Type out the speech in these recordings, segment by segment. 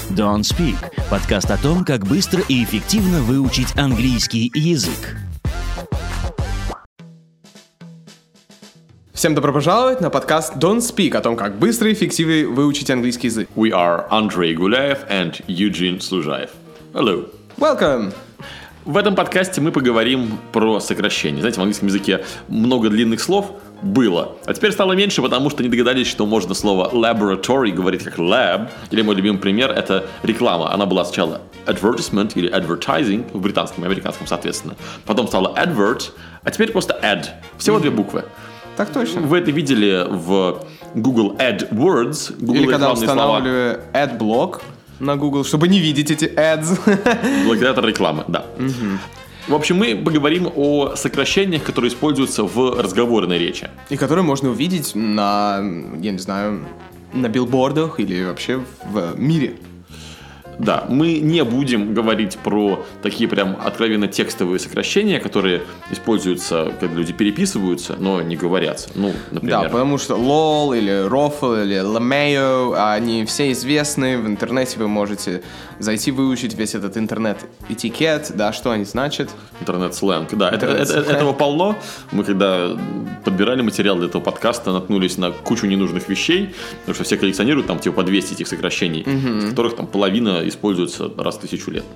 Don't Speak – подкаст о том, как быстро и эффективно выучить английский язык. Всем добро пожаловать на подкаст Don't Speak о том, как быстро и эффективно выучить английский язык. We are Andrei Guляев and Eugene Служаев. Hello. Welcome! В этом подкасте мы поговорим про сокращения. Знаете, в английском языке много длинных слов было, а теперь стало меньше, потому что не догадались, что можно слово laboratory говорить как lab. Или мой любимый пример – это реклама. Она была сначала advertisement или advertising в британском и американском, соответственно. Потом стала advert, а теперь просто ad. Всего две буквы. Так точно. Вы это видели в Google AdWords. Google или когда устанавливаю AdBlock на Google, чтобы не видеть эти ads. Благодаря рекламы, да. В общем, мы поговорим о сокращениях, которые используются в разговорной речи. И которые можно увидеть на, я не знаю, на билбордах или вообще в мире. Да, мы не будем говорить про такие прям откровенно текстовые сокращения, которые используются, когда люди переписываются, но не говорятся. Ну, например. Да, потому что LOL или ROFL или LMAO, они все известны. В интернете вы можете зайти выучить весь этот интернет-этикет, да, что они значат. Интернет-сленг, да. Этого полно. Мы когда подбирали материал для этого подкаста, наткнулись на кучу ненужных вещей, потому что все коллекционируют там типа по 200 этих сокращений, из которых там половина используется раз в 1000 лет.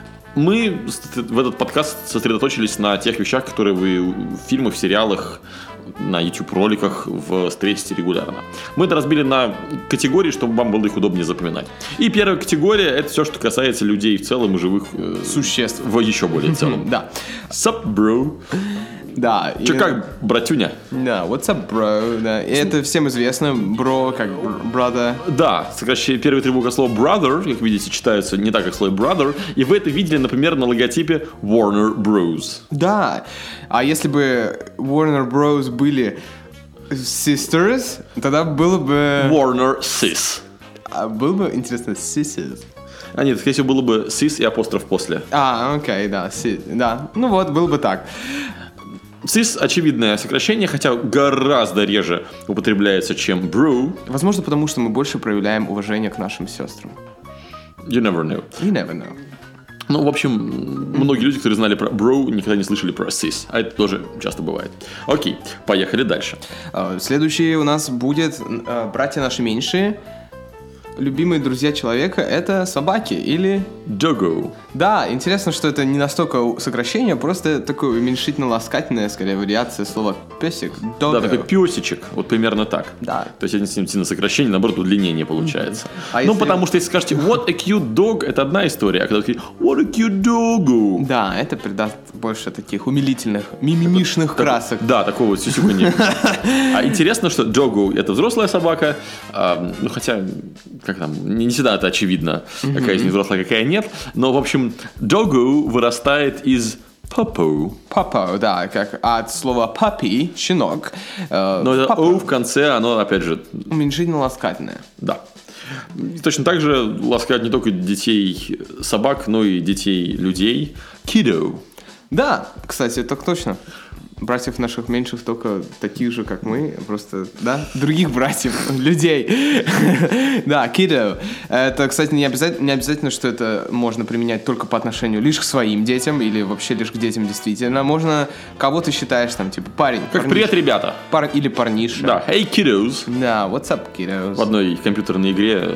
Мы в этот подкаст сосредоточились на тех вещах, которые вы в фильмах, в сериалах, на YouTube-роликах встретите регулярно. Мы это разбили на категории, чтобы вам было их удобнее запоминать. И первая категория – это все, что касается людей в целом и живых существ. В еще более целом. Да. Sup, bro? Да. Че как, братюня? Да, what's up, bro? Да. И это всем известно, bro, как brother. Да, сокращение первые три буквы слова brother, как видите, читаются не так, как слово brother. И вы это видели, например, на логотипе Warner Bros. Да, а если бы Warner Bros. Были sisters, тогда было бы... Warner Sis. А было бы, интересно, sisters. А нет, скорее всего, было бы sis и апостроф после. Окей, да, да. Ну вот, было бы так. Sis – очевидное сокращение, хотя гораздо реже употребляется, чем bro. Возможно, потому что мы больше проявляем уважение к нашим сестрам. You never know. You never know. Ну, в общем, многие люди, которые знали про bro, никогда не слышали про sis. А это тоже часто бывает. Окей, поехали дальше. Следующий у нас будет братья наши меньшие. Любимые друзья человека – это собаки или... Doggo. Да, интересно, что это не настолько сокращение, просто такое уменьшительно-ласкательное, скорее, вариация слова песик. Doggo. Да, такой песичек, вот примерно так. Да. То есть, это не сильно сокращение, наоборот, удлинение получается. А ну, потому что если скажете what a cute dog, это одна история, а когда такие what a cute doggo. Да, это придаст больше таких умилительных, мимимишных красок. Да, такого вот сюсюканья. А интересно, что doggo – это взрослая собака, ну, хотя... Как там, не всегда это очевидно, какая из них взрослая, какая нет. Но, в общем, doggo вырастает из puppo. Puppo, да, как от слова puppy, щенок. Но это o в конце, оно, опять же... Уменьшительно-ласкательное. Да. И точно так же ласкают не только детей собак, но и детей людей. Kiddo. Да, кстати, так точно. Братьев наших меньших только таких же, как мы, просто, да, других братьев, людей. Да, kiddo. Это, кстати, не обязательно, что это можно применять только по отношению лишь к своим детям или вообще лишь к детям действительно. Можно, кого ты считаешь там, типа, парень. Как привет, ребята. Или парниша. Да, hey, kiddos. Да, what's up, kiddos. В одной компьютерной игре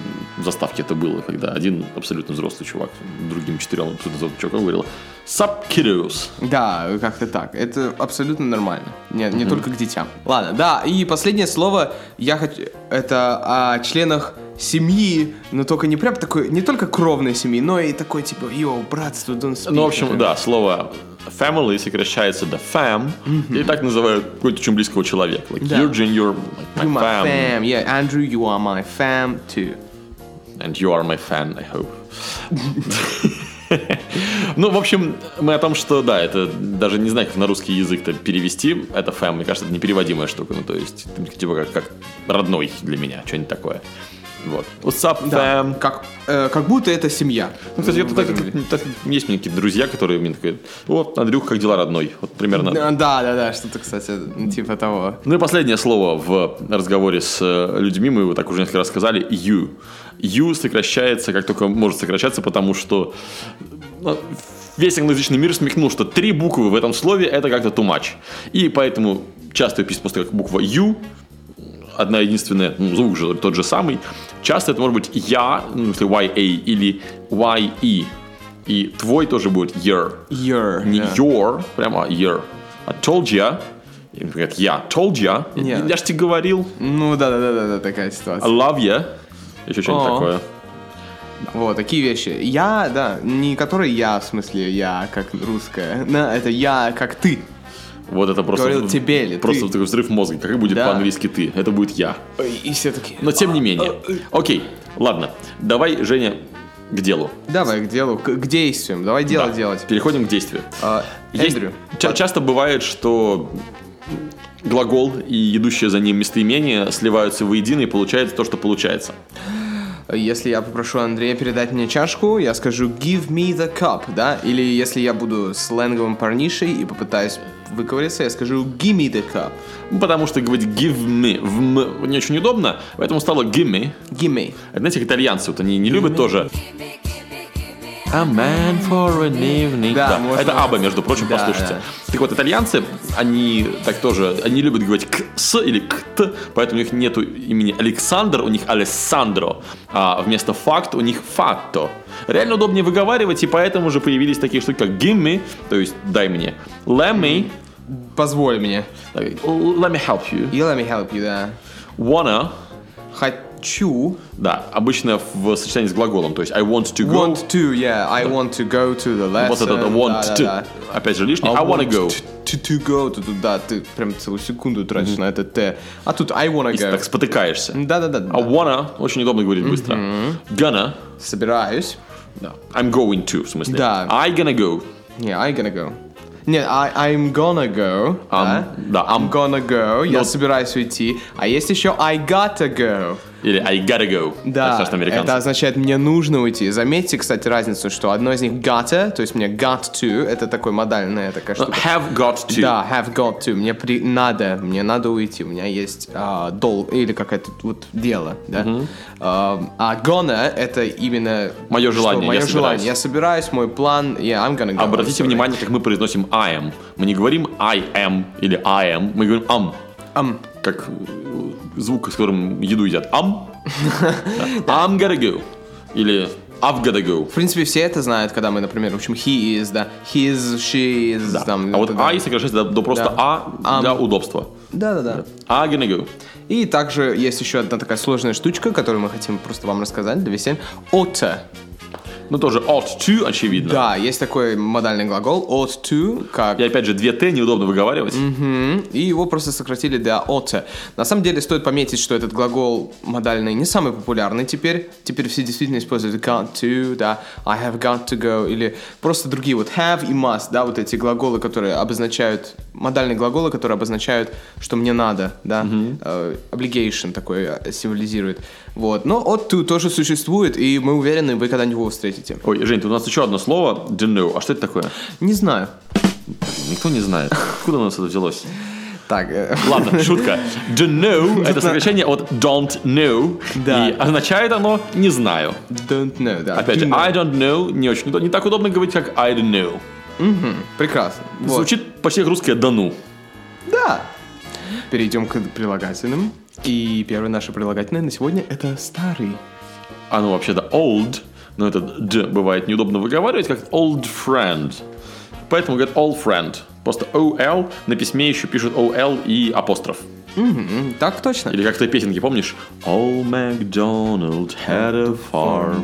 в заставке это было, когда один абсолютно взрослый чувак другим 4 абсолютно взрослым чуваком говорил sup, kiddos. Да, как-то так. Это абсолютно нормально. Не только к детям. Ладно, да, и последнее слово я хочу... Это о членах семьи, но только не прям такой, не только кровной семьи, но и такой, типа, братство, don't speak. Ну, в общем, да, слово family сокращается до fam, и так называют какого-то очень близкого человека. Like, да. Eugene, you're my fam. Yeah, Andrew, you are my fam too. And you are my fan, I hope. Ну, в общем, мы о том, что, да, это даже не знаю, как на русский язык-то перевести. Это фэм, мне кажется, это непереводимая штука. Ну, то есть, типа, как родной для меня, что-нибудь такое. Вот. What's up, fam? Как будто это семья. Ну, кстати, есть у меня какие-то друзья, которые мне говорят, вот, Андрюх, как дела, родной? Вот примерно. Да, что-то, кстати, типа того. Ну и последнее слово в разговоре с людьми, мы его так уже несколько раз сказали, you. You сокращается, как только может сокращаться, потому что весь англоязычный мир смекнул, что 3 буквы в этом слове это как-то too much. И поэтому часто пишется просто как буква you, одна единственная, звук же тот же самый. Часто это может быть я, если YA, или YE. И твой тоже будет your. Не your, прямо your. I told ya. И говорят, я told ya. Я ж тебе говорил. Ну да, такая ситуация. I love ya. Еще что-нибудь такое. Вот, такие вещи. Я, да, не который я, в смысле, я как русская. Да, это я как ты. Вот это просто, говорил тебе или просто ты? такой взрыв мозга. Как будет по-английски ты? Это будет я. И все такие. Но тем не менее. Окей, ладно. Давай, Женя, к делу. Давай к делу, к действиям. Давай дело делать. Переходим к действию. Эндрю. Часто бывает, что глагол и идущее за ним местоимение сливаются воедино, и получается то, что получается. Если я попрошу Андрея передать мне чашку, я скажу «give me the cup», да? Или если я буду сленговым парнишей и попытаюсь выговориться, я скажу «give me the cup». Потому что говорить «give me» в «м» не очень удобно, поэтому стало «give me». «Give me». Это, знаете, как итальянцы, вот они не любят тоже «a man for an evening». Да, это «аба», между прочим, послушайте. Так вот, итальянцы, они так тоже, они любят говорить «к-с» или «к-т», поэтому у них нету имени Александр, у них Алессандро, а вместо «факт» у них «фатто». Реально удобнее выговаривать, и поэтому же появились такие штуки, как «give me», то есть «дай мне», «let me», позволь мне, «let me help you», и «let me help you», да, «wanna», «хочу», да, обычно в сочетании с глаголом, то есть I want to go. want to, yeah, I want to go to the lesson. Вот это want to, опять же лишний, I wanna go. To go, да, ты прям целую секунду тратишь на это Т. А тут I wanna go. И так спотыкаешься. Да. I wanna, очень удобно говорить быстро. Gonna. Собираюсь. Да. I'm going to, в смысле. Да. I gonna go. Yeah, I gonna go. Нет, I'm gonna go. Да, I'm gonna go. Я собираюсь уйти. А есть еще I gotta go. Или I gotta go. Да, это означает «мне нужно уйти». Заметьте, кстати, разницу, что одно из них gotta, то есть мне got to, это такой модальная такая штука. Have got to. Да, have got to. Мне надо уйти. У меня есть долг или какое-то вот дело, да. А gonna это именно мое желание. Мое желание. Я собираюсь, мой план. I'm gonna go. Обратите внимание, как мы произносим I am. Мы не говорим I am или I am, мы говорим как звук, с которым еду едят. I'm gonna go. Или I've gotta go. В принципе, все это знают, когда мы, например, учим he is, да, his, she is. Да. Там, а вот I сокращается до просто для удобства. Да. I'm gonna go. И также есть еще одна такая сложная штучка, которую мы хотим просто вам рассказать для веселья. Ought. Ну, тоже ought to, очевидно. Да, есть такой модальный глагол ought to, как... И опять же, 2 Т неудобно выговаривать. И его просто сократили до ought. На самом деле, стоит пометить, что этот глагол модальный не самый популярный теперь. Теперь все действительно используют got to, да, I have got to go, или просто другие вот have и must, да, вот эти глаголы, которые обозначают, модальные глаголы, которые обозначают, что мне надо, да, obligation такой символизирует. Вот, но ought to тоже существует, и мы уверены, вы когда-нибудь его встретите. Ой, Жень, тут у нас еще одно слово, don't know. А что это такое? Не знаю. Никто не знает. Откуда у нас это взялось? Так. Ладно, шутка. Don't know – это сокращение от don't know. Да. И означает оно «не знаю». Don't know, да. Опять же, I don't know не очень удобно. Не так удобно говорить, как I don't know. Прекрасно. Звучит почти как русское «да ну». Да. Перейдем к прилагательным. И первое наше прилагательное на сегодня – это старый. Оно вообще-то old, но этот «д» бывает неудобно выговаривать, как old friend. Поэтому говорят old friend. Просто OL, на письме еще пишут OL и апостроф. Так точно. Или как в той песенке, помнишь? Old MacDonald had a farm.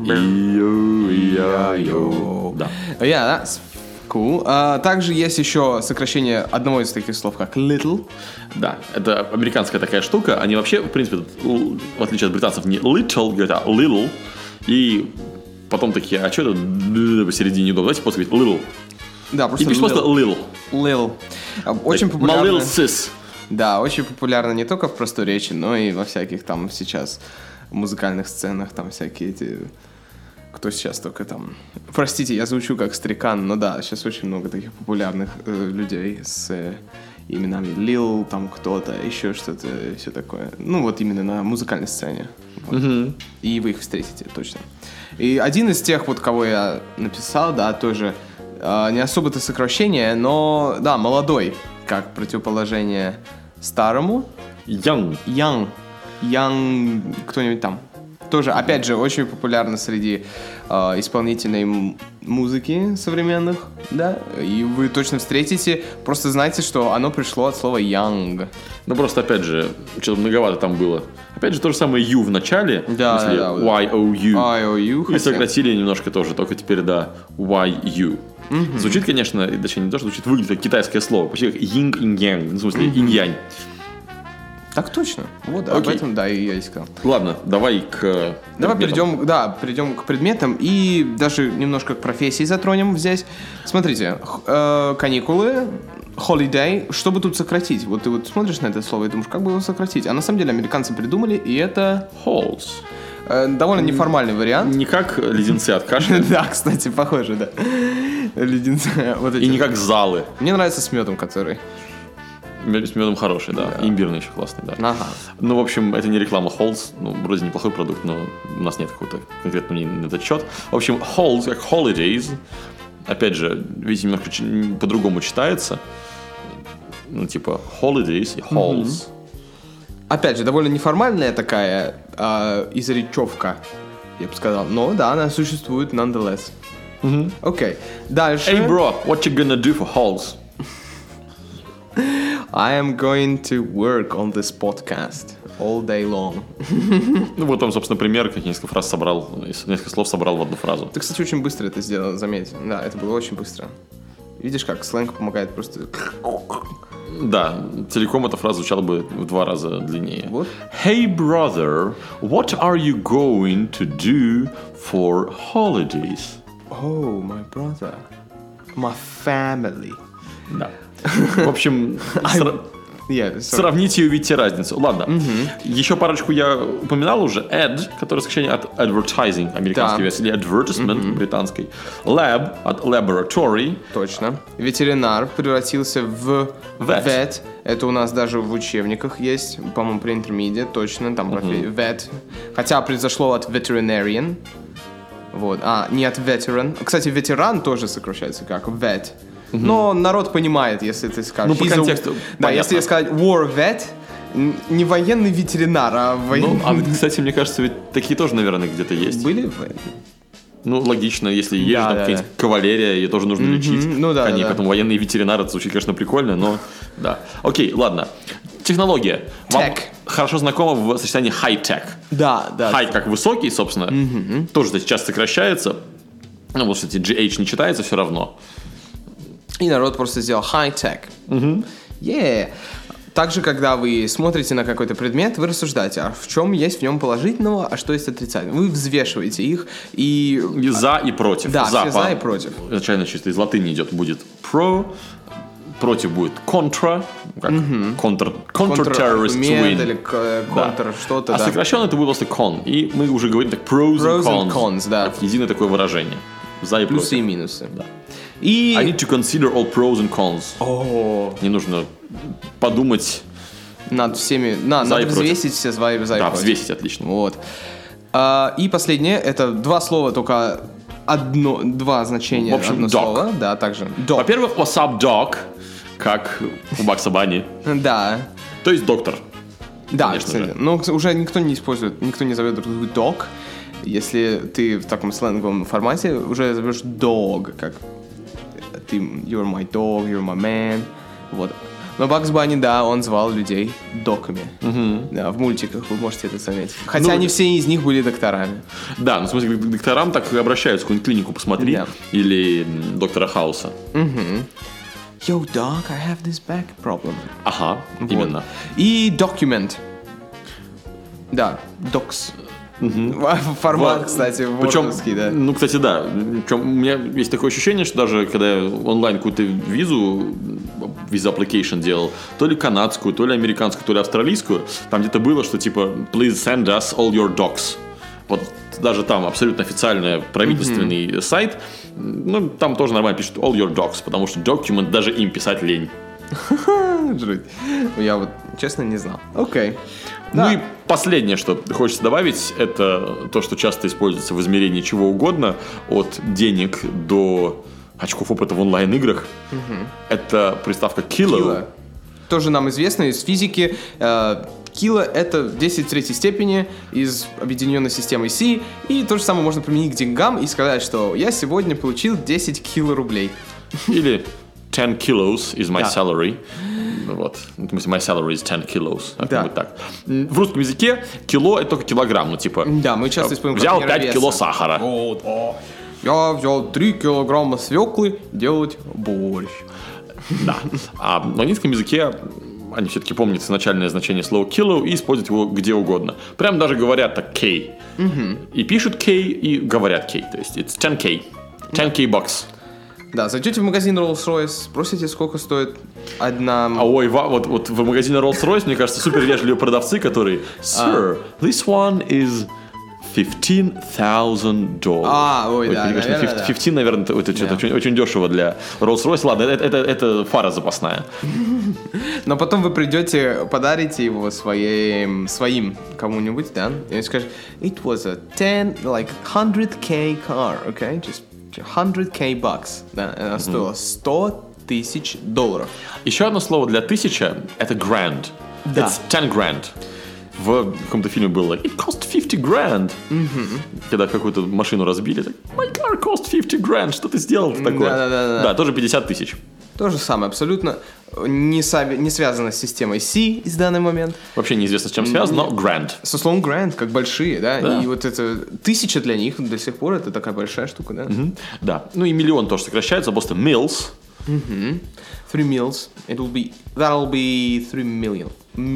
E-O-E-I-O. Да. Yeah, that's cool. Также есть еще сокращение одного из таких слов, как little. Да, это американская такая штука. Они вообще, в принципе, в отличие от британцев, не little, говорят, а little. И потом такие, а что это посередине неудобно? Давайте просто говорить little. Да, просто и пишешь просто little. Little. Очень популярно. My little sis. Да, очень популярно не только в простой речи, но и во всяких там сейчас музыкальных сценах, там всякие эти... Кто сейчас только там... Простите, я звучу как старикан, но да, сейчас очень много таких популярных людей с именами Lil, там кто-то, еще что-то, все такое. Ну, вот именно на музыкальной сцене. Вот. И вы их встретите, точно. И один из тех, вот кого я написал, да, тоже не особо-то сокращение, но, да, молодой, как противоположение старому. Young, кто-нибудь там. Тоже, опять же, очень популярно среди исполнительной музыки современных, да, и вы точно встретите, просто знайте, что оно пришло от слова young. Ну, просто, опять же, что-то многовато там было. Опять же, то же самое U в начале, да, в смысле, да, Y-O-U, и сократили немножко тоже, только теперь, да, Y-U. Звучит, конечно, точнее, не то, что звучит, выглядит как китайское слово, почти как yin и yang, в смысле, инь-янь. Так точно. Вот, об этом, да, и я и сказал. Ладно, давай к предметам. перейдем к предметам и даже немножко к профессии затронем здесь. Смотрите, каникулы, holiday, что бы тут сократить? Вот ты вот смотришь на это слово и думаешь, как бы его сократить? А на самом деле американцы придумали, и это... Halls. Довольно неформальный вариант. Не как леденцы от кашля. Да, кстати, похоже, да. Леденцы. И не как залы. Мне нравится с медом, который... С медом хороший, да. Имбирный еще классный, да. Ага. Ну, в общем, это не реклама Halls. Ну, вроде неплохой продукт, но у нас нет какого-то конкретного мнения на этот счет. В общем, Halls, как holidays, опять же, видите, немножко по-другому читается. Ну, типа holidays и halls. Опять же, довольно неформальная такая изречевка, я бы сказал. Но, да, она существует nonetheless. Окей. Дальше. Hey, bro, what you gonna do for halls? I am going to work on this podcast all day long. Ну, вот там, собственно, пример, как я несколько фраз собрал, несколько слов собрал в одну фразу. Ты, кстати, очень быстро это сделал, заметь. Да, это было очень быстро. Видишь, как сленг помогает просто... Да, целиком эта фраза звучала бы в 2 раза длиннее. Вот. Hey, brother, what are you going to do for holidays? Oh, my brother. My family. Да. В общем, сравните и увидите разницу. Ладно. Еще парочку я упоминал уже. Ed, которое сокращение от advertising, американской версии, или advertisement, британской. Lab от laboratory. Точно. Ветеринар превратился в vet. Это у нас даже в учебниках есть, по-моему, при intermediate, точно, там vet. Хотя произошло от veterinarian. Вот. Не от veteran. Кстати, ветеран тоже сокращается как vet. Но народ понимает, если ты скажешь. Ну, по контексту. Да, если я сказать war vet, не военный ветеринар, а военный... Ну, кстати, мне кажется, ведь такие тоже, наверное, где-то есть. Были? Ну, логично, если есть там какая-нибудь кавалерия, ее тоже нужно лечить. Ну да, коней, поэтому военный ветеринар, это звучит, конечно, прикольно, но да. Окей, ладно. Технология. Вам хорошо знакома в сочетании high-tech. Да. High как высокий, собственно. Тоже сейчас сокращается. Ну, вот, кстати, GH не читается все равно. И народ просто сделал high-tech. Также, когда вы смотрите на какой-то предмет, вы рассуждаете, а в чем есть в нем положительного, а что есть отрицательного. Вы взвешиваете их и за и против. Да, все за и против. Изначально чисто из латыни идет, будет pro, против будет contra, как counter-terrorist win. Или контр что-то, А сокращенно это будет просто con. И мы уже говорим так pros and cons, да. Как единое такое выражение. За и против. Плюсы и минусы. Да. I need to consider all pros and cons. Мне нужно подумать над всеми. Надо взвесить все за и против. Да, взвесить, отлично. Вот. И последнее, это 2 слова, только 2 значения. В общем, одно doc. слово. Да, также. Doc. Во-первых, what's up, doc? Как у Бакса Банни. Да. То есть доктор. Да, кстати. Но уже никто не использует, никто не зовет друг друга doc. Если ты в таком сленговом формате, уже зовешь dog, как ты you're my dog, you're my man. Вот. Но Бакс Банни, да, он звал людей доками. Да, в мультиках вы можете это заметить. Хотя не все из них были докторами. Да, ну в смысле, к докторам так и обращаются, какую-нибудь клинику посмотри. Да. Или доктора Хауса. Yo, doc, I have this back problem. Ага, вот. Именно. И document. Да, docs. Формат, кстати, вордовский, да. Ну, кстати, да. Причем у меня есть такое ощущение, что даже когда я онлайн какую-то визу Visa Application делал, то ли канадскую, то ли американскую, то ли австралийскую, там где-то было, что типа please send us all your docs. Вот даже там абсолютно официальный правительственный сайт, ну, там тоже нормально пишут all your docs, потому что document даже им писать лень. Жуть. Я вот, честно, не знал. Окей. Ну и последнее, что хочется добавить, это то, что часто используется в измерении чего угодно, от денег до очков опыта в онлайн-играх. Это приставка Kilo. Тоже нам известно из физики. Кило — это 10 в третьей степени из объединенной системы Си. И то же самое можно применить к деньгам и сказать, что я сегодня получил 10 кило рублей. Или 10 kilos is my salary. Вот. В смысле, my salary is 10 kilos. Как-нибудь так. В русском языке кило — это только килограмм. Ну, типа, да, мы часто используем взял 5 кило сахара. Я взял 3 килограмма свеклы делать борщ. Да. А в английском языке они все-таки помнят изначальное значение слова kilo и используют его где угодно. Прям даже говорят так K. И пишут K, и говорят K. То есть it's 10K. 10K bucks. Да, зайдете в магазин Rolls-Royce, спросите, сколько стоит одна... Ой, вот в магазине Rolls-Royce, мне кажется, супер вежливые продавцы, которые Sir, this one is $15,000. Ой, да, конечно, наверное, 15, наверное, это что-то очень дешево для Rolls-Royce. Ладно, это фара запасная. Но потом вы придете, подарите его своим кому-нибудь, да? И он скажет, it was a 100K car, okay? Just 100K bucks. Да, она стоила $100,000. Еще одно слово для 1000 — это grand. Да. It's 10 grand. В каком-то фильме было it cost 50 grand. Когда какую-то машину разбили, так, my car cost 50 grand. Что ты сделал-то такое? Да, тоже 50 тысяч. То же самое, абсолютно не связано с системой C в данный момент. Вообще неизвестно, с чем связано, но grand. Со словом grand, как большие, да? И вот это 1000 для них до сих пор это такая большая штука, да? Да. Ну и миллион тоже сокращается, просто mils. 3 mils. That'll be 3 million.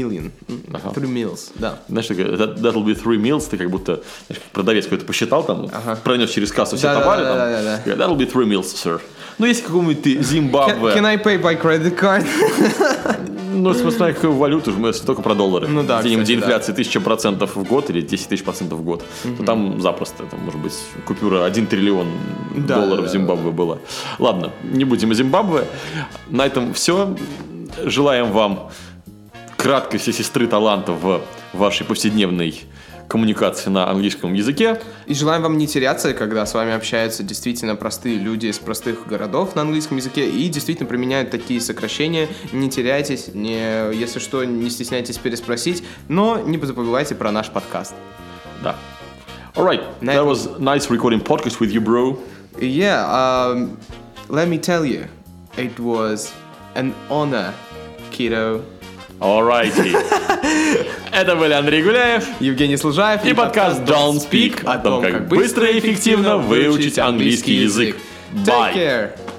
3 mils, да. Знаешь, that'll be 3 meals, ты как будто, знаешь, как продавец какой-то посчитал, там, пронес через кассу все товары, там, that'll be 3 meals, sir. Ну, если какой-нибудь ты Зимбабве... Can I pay by credit card? Ну, смотря какую валюту, мы только про доллары. Ну да, где-нибудь кстати, инфляция 1000% в год или 10 000% в год, то там запросто, это может быть купюра 1 триллион долларов Зимбабве была. Ладно, не будем о Зимбабве. На этом все. Желаем вам краткости сестры талантов в вашей повседневной коммуникации на английском языке. И желаем вам не теряться, когда с вами общаются действительно простые люди из простых городов на английском языке и действительно применяют такие сокращения. Не теряйтесь, если что, не стесняйтесь переспросить, но не забывайте про наш подкаст. Да. Alright, that was nice recording podcast with you, bro. Yeah, let me tell you, it was an honor, kiddo. Alrighty. Это были Андрей Гуляев, Евгений Служаев и подкаст Don't Speak о том, как быстро и эффективно выучить английский язык. Take care.